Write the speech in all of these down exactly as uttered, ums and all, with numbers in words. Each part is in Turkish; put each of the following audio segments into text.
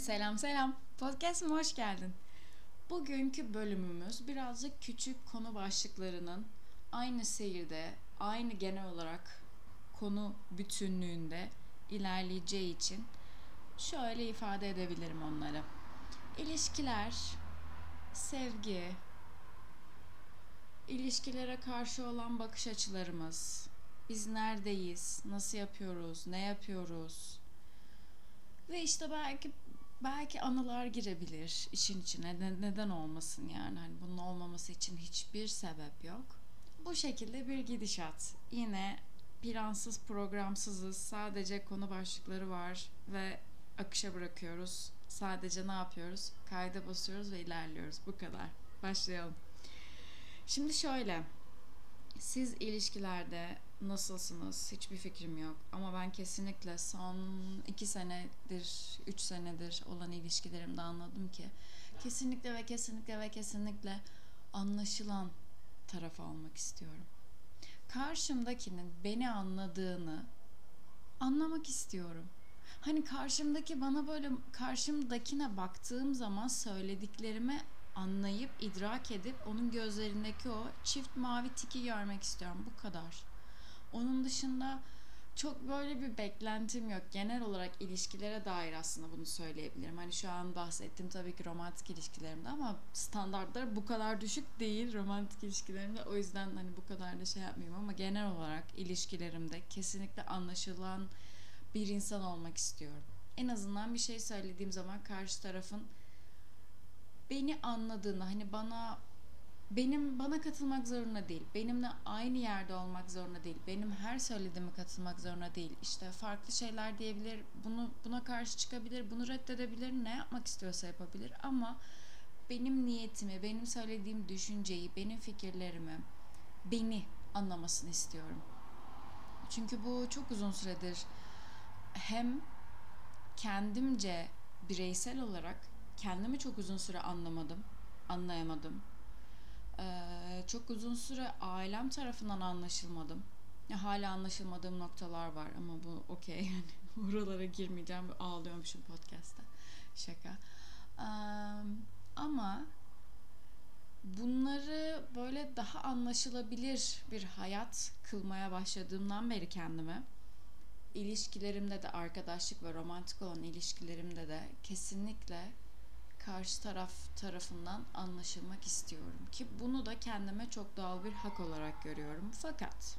Selam selam. Podcast'ıma hoş geldin. Bugünkü bölümümüz birazcık küçük konu başlıklarının aynı seyirde, aynı genel olarak konu bütünlüğünde ilerleyeceği için şöyle ifade edebilirim onları. İlişkiler, sevgi, ilişkilere karşı olan bakış açılarımız, biz neredeyiz, nasıl yapıyoruz, ne yapıyoruz ve işte belki belki anılar girebilir işin içine. Ne- neden olmasın yani? Hani bunun olmaması için hiçbir sebep yok. Bu şekilde bir gidişat. Yine plansız, programsızız. Sadece konu başlıkları var ve akışa bırakıyoruz. Sadece ne yapıyoruz? Kayda basıyoruz ve ilerliyoruz. Bu kadar. Başlayalım. Şimdi şöyle. Siz ilişkilerde nasılsınız? Hiçbir fikrim yok. Ama ben kesinlikle son iki senedir, üç senedir olan ilişkilerimde anladım ki kesinlikle ve kesinlikle ve kesinlikle anlaşılan taraf olmak istiyorum. Karşımdakinin beni anladığını anlamak istiyorum. Hani karşımdaki bana böyle karşımdakine baktığım zaman söylediklerimi anlayıp idrak edip onun gözlerindeki o çift mavi tiki görmek istiyorum. Bu kadar. Onun dışında çok böyle bir beklentim yok. Genel olarak ilişkilere dair aslında bunu söyleyebilirim. Hani şu an bahsettiğim tabii ki romantik ilişkilerimde ama standartlar bu kadar düşük değil romantik ilişkilerimde. O yüzden hani bu kadar da şey yapmayayım ama genel olarak ilişkilerimde kesinlikle anlaşılan bir insan olmak istiyorum. En azından bir şey söylediğim zaman karşı tarafın beni anladığını, hani bana benim bana katılmak zorunda değil. Benimle aynı yerde olmak zorunda değil. Benim her söylediğime katılmak zorunda değil. İşte farklı şeyler diyebilir. Bunu buna karşı çıkabilir, bunu reddedebilir, ne yapmak istiyorsa yapabilir ama benim niyetimi, benim söylediğim düşünceyi, benim fikirlerimi, beni anlamasını istiyorum. Çünkü bu çok uzun süredir hem kendimce bireysel olarak kendimi çok uzun süre anlamadım, anlayamadım. Ee, çok uzun süre ailem tarafından anlaşılmadım. Ya, hala anlaşılmadığım noktalar var ama bu okey yani oralara girmeyeceğim. Ağlıyormuşum podcast'ta. Şaka. Ee, ama bunları böyle daha anlaşılabilir bir hayat kılmaya başladığımdan beri kendime ilişkilerimde de arkadaşlık ve romantik olan ilişkilerimde de kesinlikle karşı taraf tarafından anlaşılmak istiyorum ki bunu da kendime çok doğal bir hak olarak görüyorum. Fakat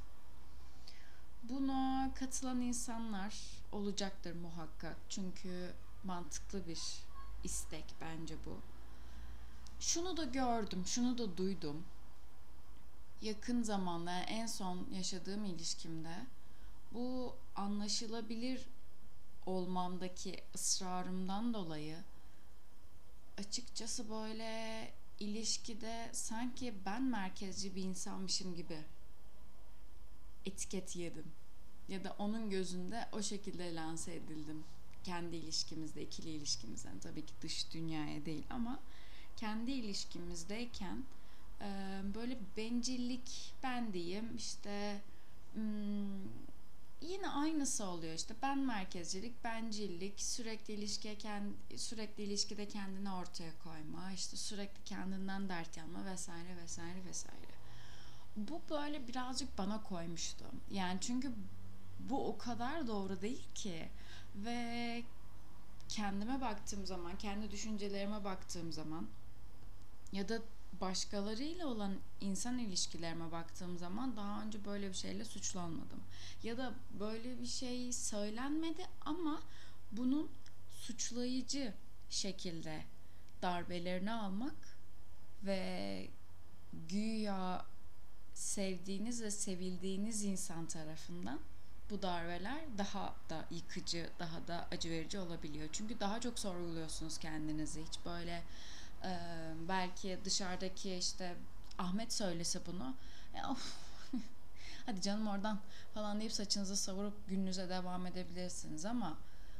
buna katılan insanlar olacaktır muhakkak. Çünkü mantıklı bir istek bence bu. Şunu da gördüm, şunu da duydum. Yakın zamanda yani en son yaşadığım ilişkimde bu anlaşılabilir olmamdaki ısrarımdan dolayı açıkçası böyle ilişkide sanki ben merkezci bir insanmışım gibi etiket yedim. Ya da onun gözünde o şekilde lanse edildim. Kendi ilişkimizde, ikili ilişkimizde. Yani tabii ki dış dünyaya değil ama kendi ilişkimizdeyken böyle bencillik ben diyeyim işte hmm, yine aynısı oluyor işte ben merkezcilik, bencillik, sürekli ilişkiye kendi, sürekli ilişkide kendini ortaya koyma, işte sürekli kendinden dert yanma vesaire vesaire vesaire. Bu böyle birazcık bana koymuştu. Yani çünkü bu o kadar doğru değil ki ve kendime baktığım zaman, kendi düşüncelerime baktığım zaman ya da başkalarıyla olan insan ilişkilerime baktığım zaman daha önce böyle bir şeyle suçlanmadım. Ya da böyle bir şey söylenmedi ama bunun suçlayıcı şekilde darbelerini almak ve güya sevdiğiniz ve sevildiğiniz insan tarafından bu darbeler daha da yıkıcı, daha da acı verici olabiliyor. Çünkü daha çok sorguluyorsunuz kendinizi. Hiç böyle e, belki dışarıdaki işte Ahmet söylese bunu e, of, hadi canım oradan falan deyip saçınızı savurup gününüze devam edebilirsiniz ama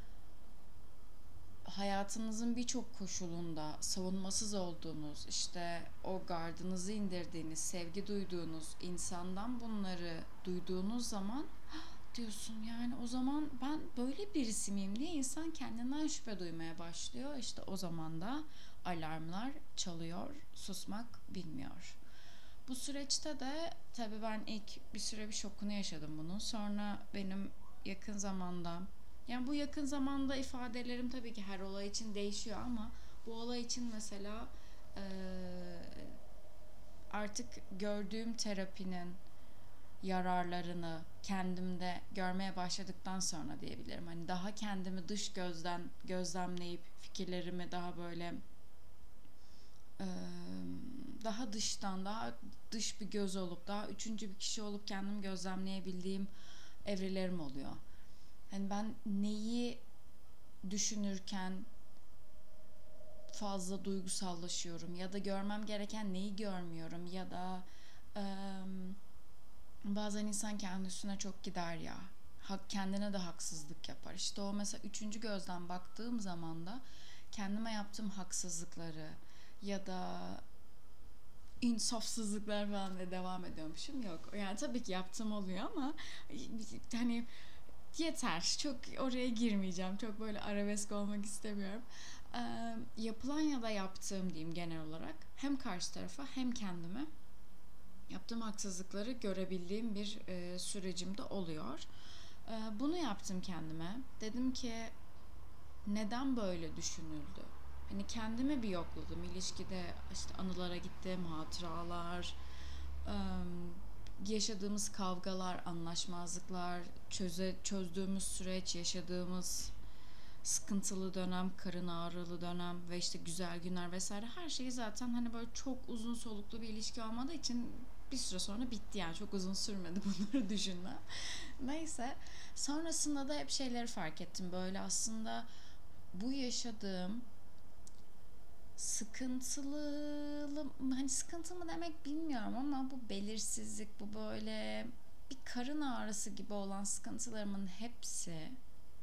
hayatınızın birçok koşulunda savunmasız olduğunuz, işte o gardınızı indirdiğiniz, sevgi duyduğunuz insandan bunları duyduğunuz zaman diyorsun yani, o zaman ben böyle birisi miyim diye insan kendinden şüphe duymaya başlıyor. İşte o zaman da alarmlar çalıyor, susmak bilmiyor. Bu süreçte de tabii ben ilk bir süre bir şokunu yaşadım bunun. Sonra benim yakın zamanda, yani bu yakın zamanda ifadelerim tabii ki her olay için değişiyor ama bu olay için mesela eee, artık gördüğüm terapinin yararlarını kendimde görmeye başladıktan sonra diyebilirim. Hani daha kendimi dış gözden gözlemleyip fikirlerimi daha böyle eee, daha dıştan, daha dış bir göz olup, daha üçüncü bir kişi olup kendimi gözlemleyebildiğim evrelerim oluyor. Hani ben neyi düşünürken fazla duygusallaşıyorum ya da görmem gereken neyi görmüyorum ya da eee, bazen insan kendi üstüne çok gider ya. Hak, kendine de haksızlık yapar. İşte o mesela üçüncü gözden baktığım zaman da kendime yaptığım haksızlıkları ya da insafsızlıklar falan da devam ediyormuşum. Yok. Yani tabii ki yaptığım oluyor ama hani yeter. Çok oraya girmeyeceğim. Çok böyle arabesk olmak istemiyorum. Ee, yapılan ya da yaptığım diyeyim genel olarak hem karşı tarafa hem kendime yaptığım haksızlıkları görebildiğim bir e, sürecim de oluyor. E, bunu yaptım kendime. Dedim ki neden böyle düşünüldü? Hani kendimi bir yokladım. İlişkide işte anılara gittim, hatıralar, e, yaşadığımız kavgalar, anlaşmazlıklar, çöze, çözdüğümüz süreç, yaşadığımız sıkıntılı dönem, karın ağrılı dönem ve işte güzel günler vesaire, her şeyi zaten hani böyle çok uzun soluklu bir ilişki olmadığı için bir süre sonra bitti, yani çok uzun sürmedi bunları düşünme. Neyse, sonrasında da hep şeyleri fark ettim, böyle aslında bu yaşadığım sıkıntılı, hani sıkıntı mı demek bilmiyorum ama bu belirsizlik, bu böyle bir karın ağrısı gibi olan sıkıntılarımın hepsi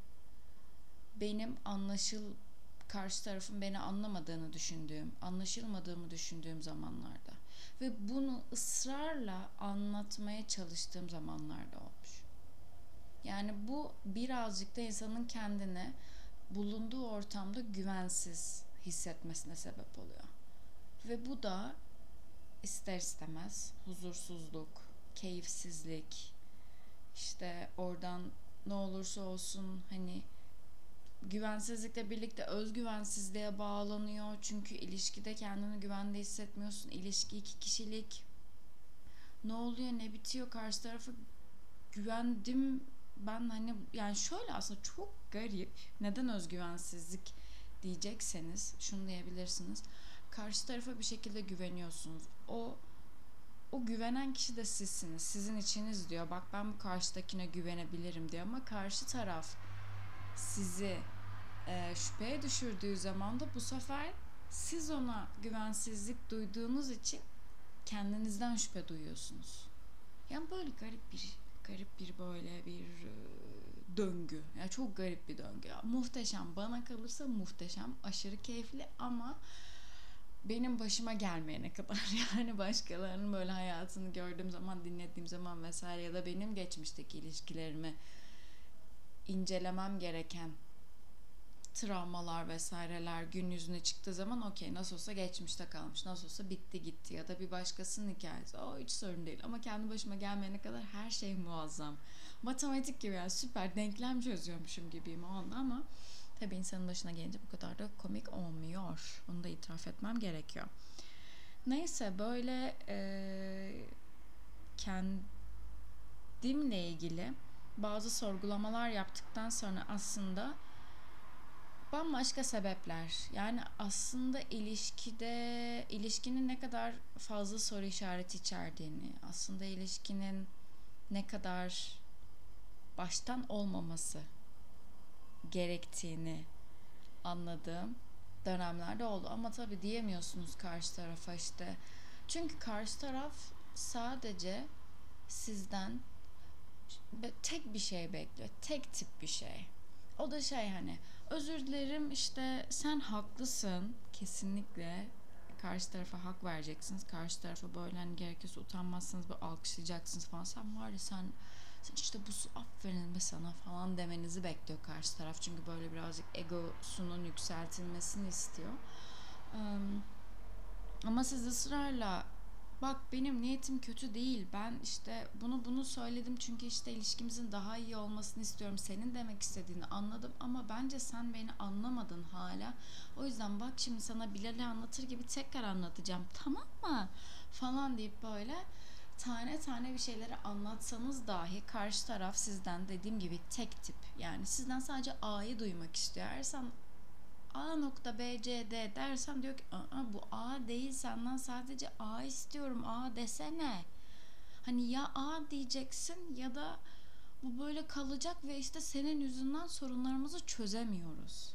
benim anlaşıl karşı tarafın beni anlamadığını düşündüğüm, anlaşılmadığımı düşündüğüm zamanlarda ve bunu ısrarla anlatmaya çalıştığım zamanlarda olmuş. Yani bu birazcık da insanın kendini bulunduğu ortamda güvensiz hissetmesine sebep oluyor. Ve bu da ister istemez huzursuzluk, keyifsizlik, işte oradan ne olursa olsun hani güvensizlikle birlikte özgüvensizliğe bağlanıyor. Çünkü ilişkide kendini güvende hissetmiyorsun. İlişki iki kişilik. Ne oluyor, ne bitiyor, karşı tarafa güvendim ben, hani yani şöyle aslında çok garip. Neden özgüvensizlik diyecekseniz şunu diyebilirsiniz. Karşı tarafa bir şekilde güveniyorsunuz. O o güvenen kişi de sizsiniz. Sizin içiniz diyor. Bak ben bu karşıdakine güvenebilirim diyor ama karşı taraf sizi e, şüpheye düşürdüğü zaman da bu sefer siz ona güvensizlik duyduğunuz için kendinizden şüphe duyuyorsunuz. Yani böyle garip bir garip bir böyle bir e, döngü. Yani çok garip bir döngü. Ya, muhteşem, bana kalırsa muhteşem, aşırı keyifli ama benim başıma gelmeyene kadar yani başkalarının böyle hayatını gördüğüm zaman, dinlediğim zaman vesaire ya da benim geçmişteki ilişkilerimi incelemem gereken travmalar vesaireler gün yüzüne çıktığı zaman okey, nasıl olsa geçmişte kalmış, nasıl olsa bitti gitti ya da bir başkasının hikayesi, o hiç sorun değil ama kendi başıma gelmeyene kadar her şey muazzam, matematik gibi, yani süper denklem çözüyormuşum gibiyim o anda ama tabii insanın başına gelince bu kadar da komik olmuyor, onu da itiraf etmem gerekiyor. Neyse, böyle e, kendimle ilgili bazı sorgulamalar yaptıktan sonra aslında bambaşka sebepler. Yani aslında ilişkide ilişkinin ne kadar fazla soru işareti içerdiğini, aslında ilişkinin ne kadar baştan olmaması gerektiğini anladığım dönemlerde oldu. Ama tabii diyemiyorsunuz karşı tarafa işte. Çünkü karşı taraf sadece sizden tek bir şey bekliyor. Tek tip bir şey. O da şey, hani özür dilerim işte, sen haklısın kesinlikle, karşı tarafa hak vereceksiniz, karşı tarafa böyle hani gerekirse utanmazsınız, böyle alkışlayacaksınız falan, sen var ya sen Sen işte bu su aferin be sana falan demenizi bekliyor karşı taraf. Çünkü böyle birazcık egosunun yükseltilmesini istiyor. Eee, Ama siz ısrarla bak benim niyetim kötü değil. Ben işte bunu bunu söyledim çünkü işte ilişkimizin daha iyi olmasını istiyorum. Senin demek istediğini anladım ama bence sen beni anlamadın hala. O yüzden bak şimdi sana Bilal'i anlatır gibi tekrar anlatacağım. Tamam mı? Falan deyip böyle tane tane bir şeyleri anlatsanız dahi karşı taraf sizden dediğim gibi tek tip. Yani sizden sadece A'yı duymak istiyor. Eğer sen A nokta B C D dersen diyor ki aa, bu A değil, senden sadece A istiyorum, A desene. Hani ya A diyeceksin ya da bu böyle kalacak ve işte senin yüzünden sorunlarımızı çözemiyoruz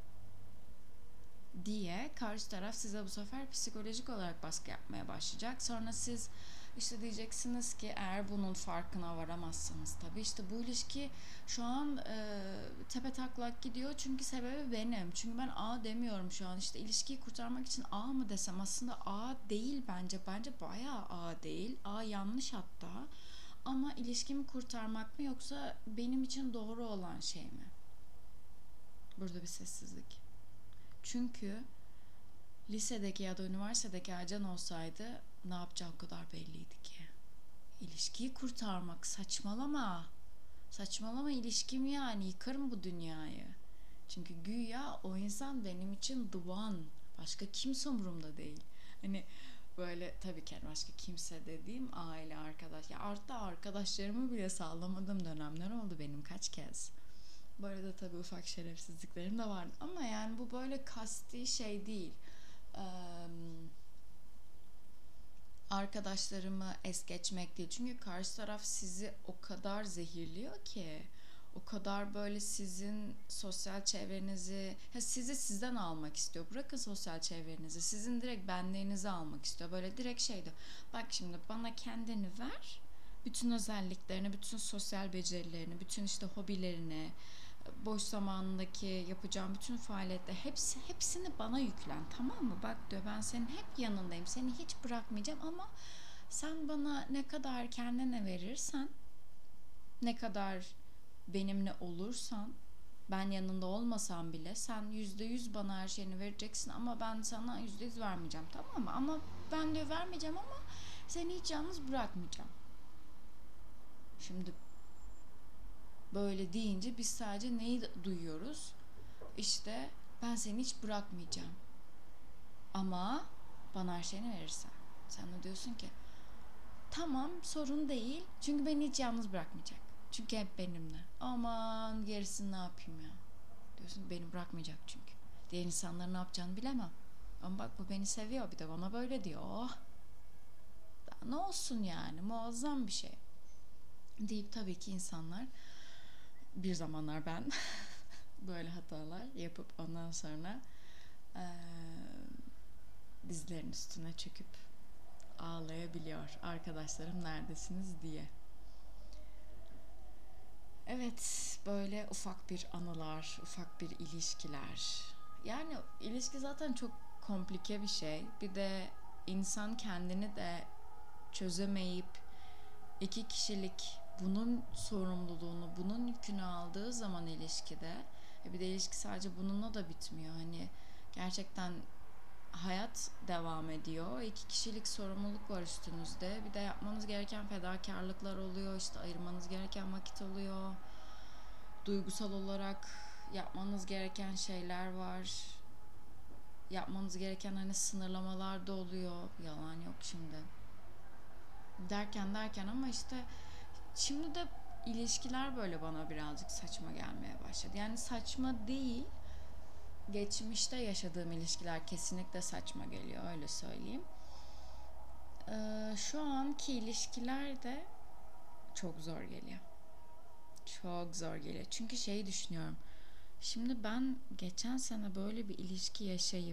diye karşı taraf size bu sefer psikolojik olarak baskı yapmaya başlayacak. Sonra siz işte diyeceksiniz ki eğer bunun farkına varamazsanız tabii işte bu ilişki şu an e, tepe taklak gidiyor çünkü sebebi benim. Çünkü ben A demiyorum şu an, işte ilişkiyi kurtarmak için A mı desem, aslında A değil bence. Bence bayağı A değil. A yanlış hatta. Ama ilişkimi kurtarmak mı yoksa benim için doğru olan şey mi? Burada bir sessizlik. Çünkü lisedeki ya da üniversitedeki Ercan olsaydı ne yapacağı o kadar belliydi ki. İlişkiyi kurtarmak, saçmalama. Saçmalama, ilişkim yani, yıkarım bu dünyayı. Çünkü güya o insan benim için the one. Başka kimse umurumda değil. Hani böyle tabii ki başka kimse dediğim aile, arkadaş. Ya artı arkadaşlarımı bile sallamadığım dönemler oldu benim kaç kez. Bu arada tabii ufak şerefsizliklerim de vardı. Ama yani bu böyle kasti şey değil. Eee arkadaşlarımı es geçmek değil. Çünkü karşı taraf sizi o kadar zehirliyor ki, o kadar böyle sizin sosyal çevrenizi, ya sizi sizden almak istiyor. Bırakın sosyal çevrenizi, sizin direkt benliğinizi almak istiyor. Böyle direkt şey diyor. Bak şimdi bana kendini ver. Bütün özelliklerini, bütün sosyal becerilerini, bütün işte hobilerini, boş zamanındaki yapacağım bütün faaliyetler, hepsi hepsini bana yüklen, tamam mı? Bak diyor, ben senin hep yanındayım, seni hiç bırakmayacağım ama sen bana ne kadar kendine verirsen, ne kadar benimle olursan, ben yanında olmasam bile sen yüzde yüz bana her şeyini vereceksin ama ben sana yüzde yüz vermeyeceğim, tamam mı? Ama ben diyor vermeyeceğim ama seni hiç yalnız bırakmayacağım. Şimdi böyle deyince biz sadece neyi duyuyoruz? İşte ben seni hiç bırakmayacağım. Ama bana her şeyini verirsen. Sen de diyorsun ki tamam, sorun değil. Çünkü beni hiç yalnız bırakmayacak. Çünkü hep benimle. Aman gerisini ne yapayım ya. Diyorsun beni bırakmayacak çünkü. Diğer insanların ne yapacağını bilemem. Ama bak bu beni seviyor, bir de bana böyle diyor. Oh, daha ne olsun yani, muazzam bir şey. Deyip tabii ki insanlar, bir zamanlar ben böyle hatalar yapıp ondan sonra ee, dizlerin üstüne çöküp ağlayabiliyor. Arkadaşlarım neredesiniz diye. Evet, böyle ufak bir anılar, ufak bir ilişkiler. Yani ilişki zaten çok komplike bir şey. Bir de insan kendini de çözemeyip iki kişilik bunun sorumluluğunu, bunun yükünü aldığı zaman ilişkide, e bir de ilişki sadece bununla da bitmiyor. Hani gerçekten hayat devam ediyor. İki kişilik sorumluluk var üstünüzde. Bir de yapmanız gereken fedakarlıklar oluyor. İşte ayırmanız gereken vakit oluyor. Duygusal olarak yapmanız gereken şeyler var. Yapmanız gereken hani sınırlamalar da oluyor. Yalan yok şimdi. Derken derken ama işte şimdi de ilişkiler böyle bana birazcık saçma gelmeye başladı. Yani saçma değil. Geçmişte yaşadığım ilişkiler kesinlikle saçma geliyor, öyle söyleyeyim. Ee, şu anki ilişkiler de çok zor geliyor. Çok zor geliyor. Çünkü şeyi düşünüyorum. Şimdi ben geçen sene böyle bir ilişki yaşayıp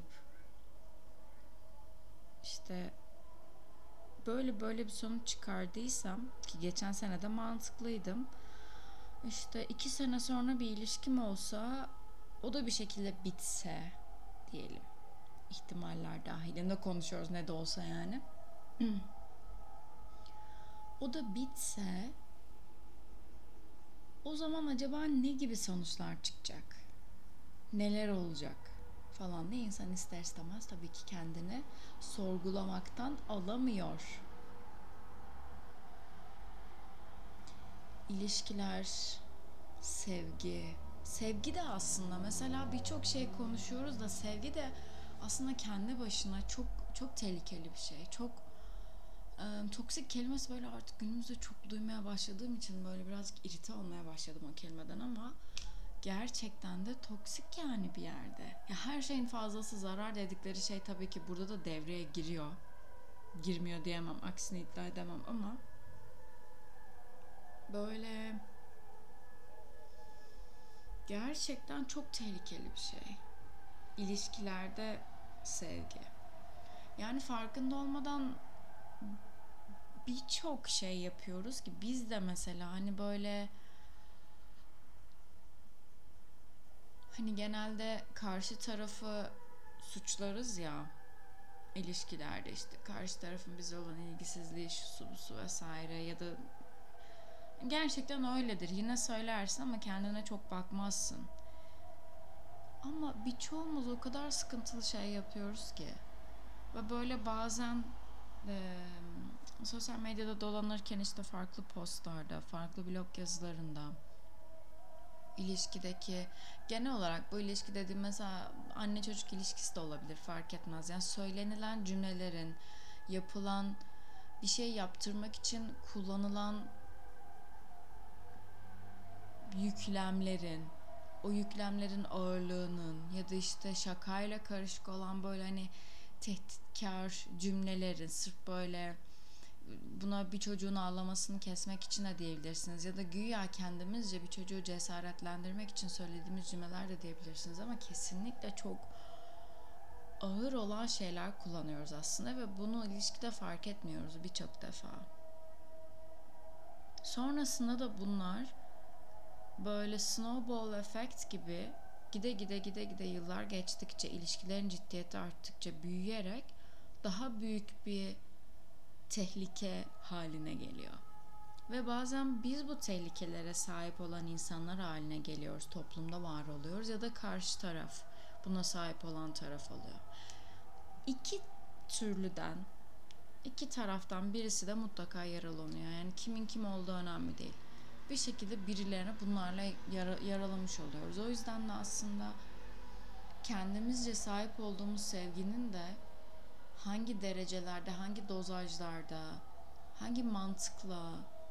işte böyle böyle bir sonuç çıkardıysam, ki geçen sene de mantıklıydım. İşte iki sene sonra bir ilişkim olsa, o da bir şekilde bitse diyelim. İhtimaller dahilinde konuşuyoruz ne de olsa yani. O da bitse O zaman acaba ne gibi sonuçlar çıkacak? Neler olacak? Falan diye insan ister istemez tabii ki kendini sorgulamaktan alamıyor. İlişkiler, sevgi. Sevgi de aslında mesela birçok şey konuşuyoruz da sevgi de aslında kendi başına çok çok tehlikeli bir şey. Çok e, toksik kelimesi böyle artık günümüzde çok duymaya başladığım için böyle birazcık irite olmaya başladım o kelimeden ama gerçekten de toksik yani bir yerde. Ya her şeyin fazlası zarar dedikleri şey tabii ki burada da devreye giriyor. Girmiyor diyemem, aksini iddia edemem ama böyle gerçekten çok tehlikeli bir şey. İlişkilerde sevgi. Yani farkında olmadan birçok şey yapıyoruz ki biz de mesela hani böyle hani genelde karşı tarafı suçlarız ya ilişkilerde işte karşı tarafın bize olan ilgisizliği şu bu su vesaire ya da gerçekten öyledir yine söylersin ama kendine çok bakmazsın ama birçoğumuz o kadar sıkıntılı şey yapıyoruz ki ve böyle bazen e, sosyal medyada dolanırken işte farklı postlarda farklı blog yazılarında ilişkideki genel olarak bu ilişki dediğim mesela anne çocuk ilişkisi de olabilir fark etmez. Yani söylenilen cümlelerin yapılan bir şey yaptırmak için kullanılan yüklemlerin o yüklemlerin ağırlığının ya da işte şakayla karışık olan böyle hani tehditkar cümlelerin sırf böyle buna bir çocuğun ağlamasını kesmek için de diyebilirsiniz ya da güya kendimizce bir çocuğu cesaretlendirmek için söylediğimiz cümleler de diyebilirsiniz ama kesinlikle çok ağır olan şeyler kullanıyoruz aslında ve bunu ilişkide fark etmiyoruz birçok defa. Sonrasında da bunlar böyle snowball effect gibi gide gide gide gide yıllar geçtikçe ilişkilerin ciddiyeti arttıkça büyüyerek daha büyük bir tehlike haline geliyor. Ve bazen biz bu tehlikelere sahip olan insanlar haline geliyoruz, toplumda var oluyoruz ya da karşı taraf buna sahip olan taraf oluyor. İki türlüden, iki taraftan birisi de mutlaka yaralanıyor. Yani kimin kim olduğu önemli değil. Bir şekilde birilerine bunlarla yara, yaralamış oluyoruz. O yüzden de aslında kendimizce sahip olduğumuz sevginin de hangi derecelerde, hangi dozajlarda, hangi mantıkla,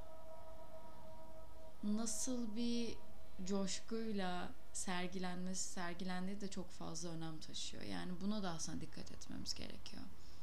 nasıl bir coşkuyla sergilenmesi, sergilendiği de çok fazla önem taşıyor. Yani buna da aslında dikkat etmemiz gerekiyor.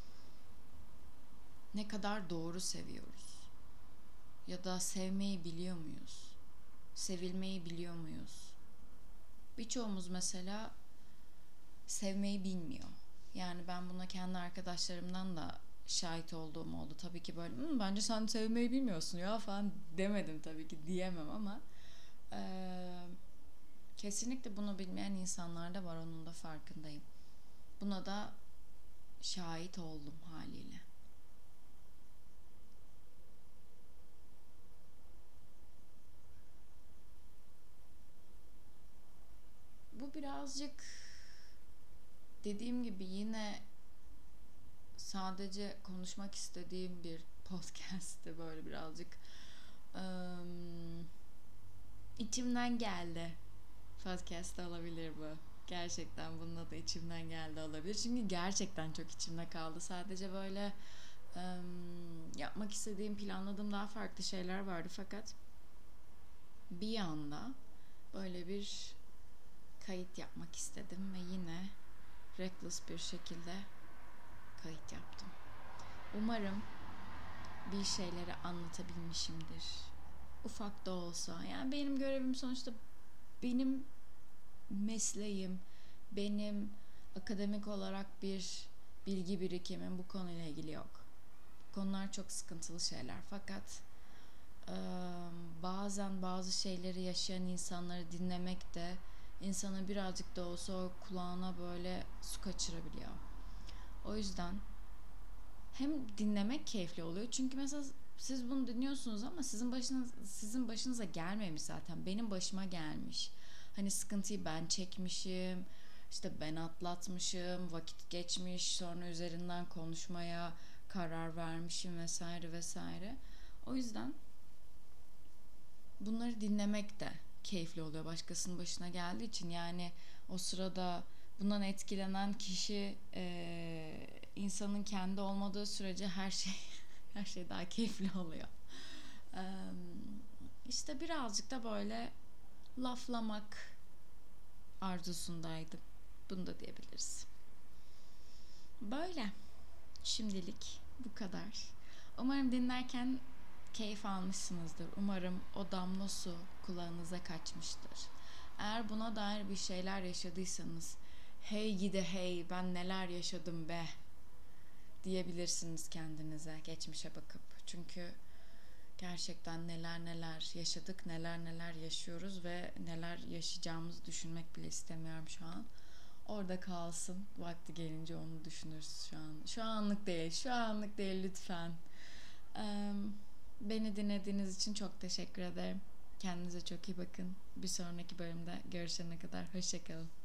Ne kadar doğru seviyoruz? Ya da sevmeyi biliyor muyuz? Sevilmeyi biliyor muyuz? Birçoğumuz mesela sevmeyi bilmiyor. Yani ben buna kendi arkadaşlarımdan da şahit olduğum oldu. Tabii ki böyle Hm, bence sen sevmeyi bilmiyorsun ya falan demedim tabii ki diyemem ama ee, kesinlikle bunu bilmeyen insanlar da var onun da farkındayım. Buna da şahit oldum haliyle. Bu birazcık dediğim gibi yine sadece konuşmak istediğim bir podcast'te böyle birazcık ım, içimden geldi. Podcast olabilir bu. Gerçekten bununla da içimden geldi olabilir. Çünkü gerçekten çok içimde kaldı. Sadece böyle ım, yapmak istediğim, planladığım daha farklı şeyler vardı fakat bir anda böyle bir kayıt yapmak istedim ve yine reckless bir şekilde kayıt yaptım. Umarım bir şeyleri anlatabilmişimdir. Ufak da olsa. Yani benim görevim sonuçta benim mesleğim, benim akademik olarak bir bilgi birikimim bu konuyla ilgili yok. Konular çok sıkıntılı şeyler fakat e, bazen bazı şeyleri yaşayan insanları dinlemek de insana birazcık da olsa o kulağına böyle su kaçırabiliyor. O yüzden hem dinlemek keyifli oluyor. Çünkü mesela siz bunu dinliyorsunuz ama sizin başınız sizin başınıza gelmemiş zaten. Benim başıma gelmiş. Hani sıkıntıyı ben çekmişim. İşte ben atlatmışım. Vakit geçmiş. Sonra üzerinden konuşmaya karar vermişim vesaire vesaire. O yüzden bunları dinlemek de keyifli oluyor başkasının başına geldiği için. Yani o sırada bundan etkilenen kişi e, insanın kendi olmadığı sürece her şey her şey daha keyifli oluyor. E, işte birazcık da böyle laflamak arzusundaydım. Bunu da diyebiliriz. Böyle. Şimdilik bu kadar. Umarım dinlerken keyif almışsınızdır. Umarım o damla su kulağınıza kaçmıştır. Eğer buna dair bir şeyler yaşadıysanız, hey gide hey ben neler yaşadım be diyebilirsiniz kendinize geçmişe bakıp. Çünkü gerçekten neler neler yaşadık, neler neler yaşıyoruz ve neler yaşayacağımızı düşünmek bile istemiyorum şu an. Orada kalsın. Vakti gelince onu düşünürüz şu an. Şu anlık değil, şu anlık değil lütfen. Ee, Beni dinlediğiniz için çok teşekkür ederim. Kendinize çok iyi bakın. Bir sonraki bölümde görüşene kadar hoşça kalın.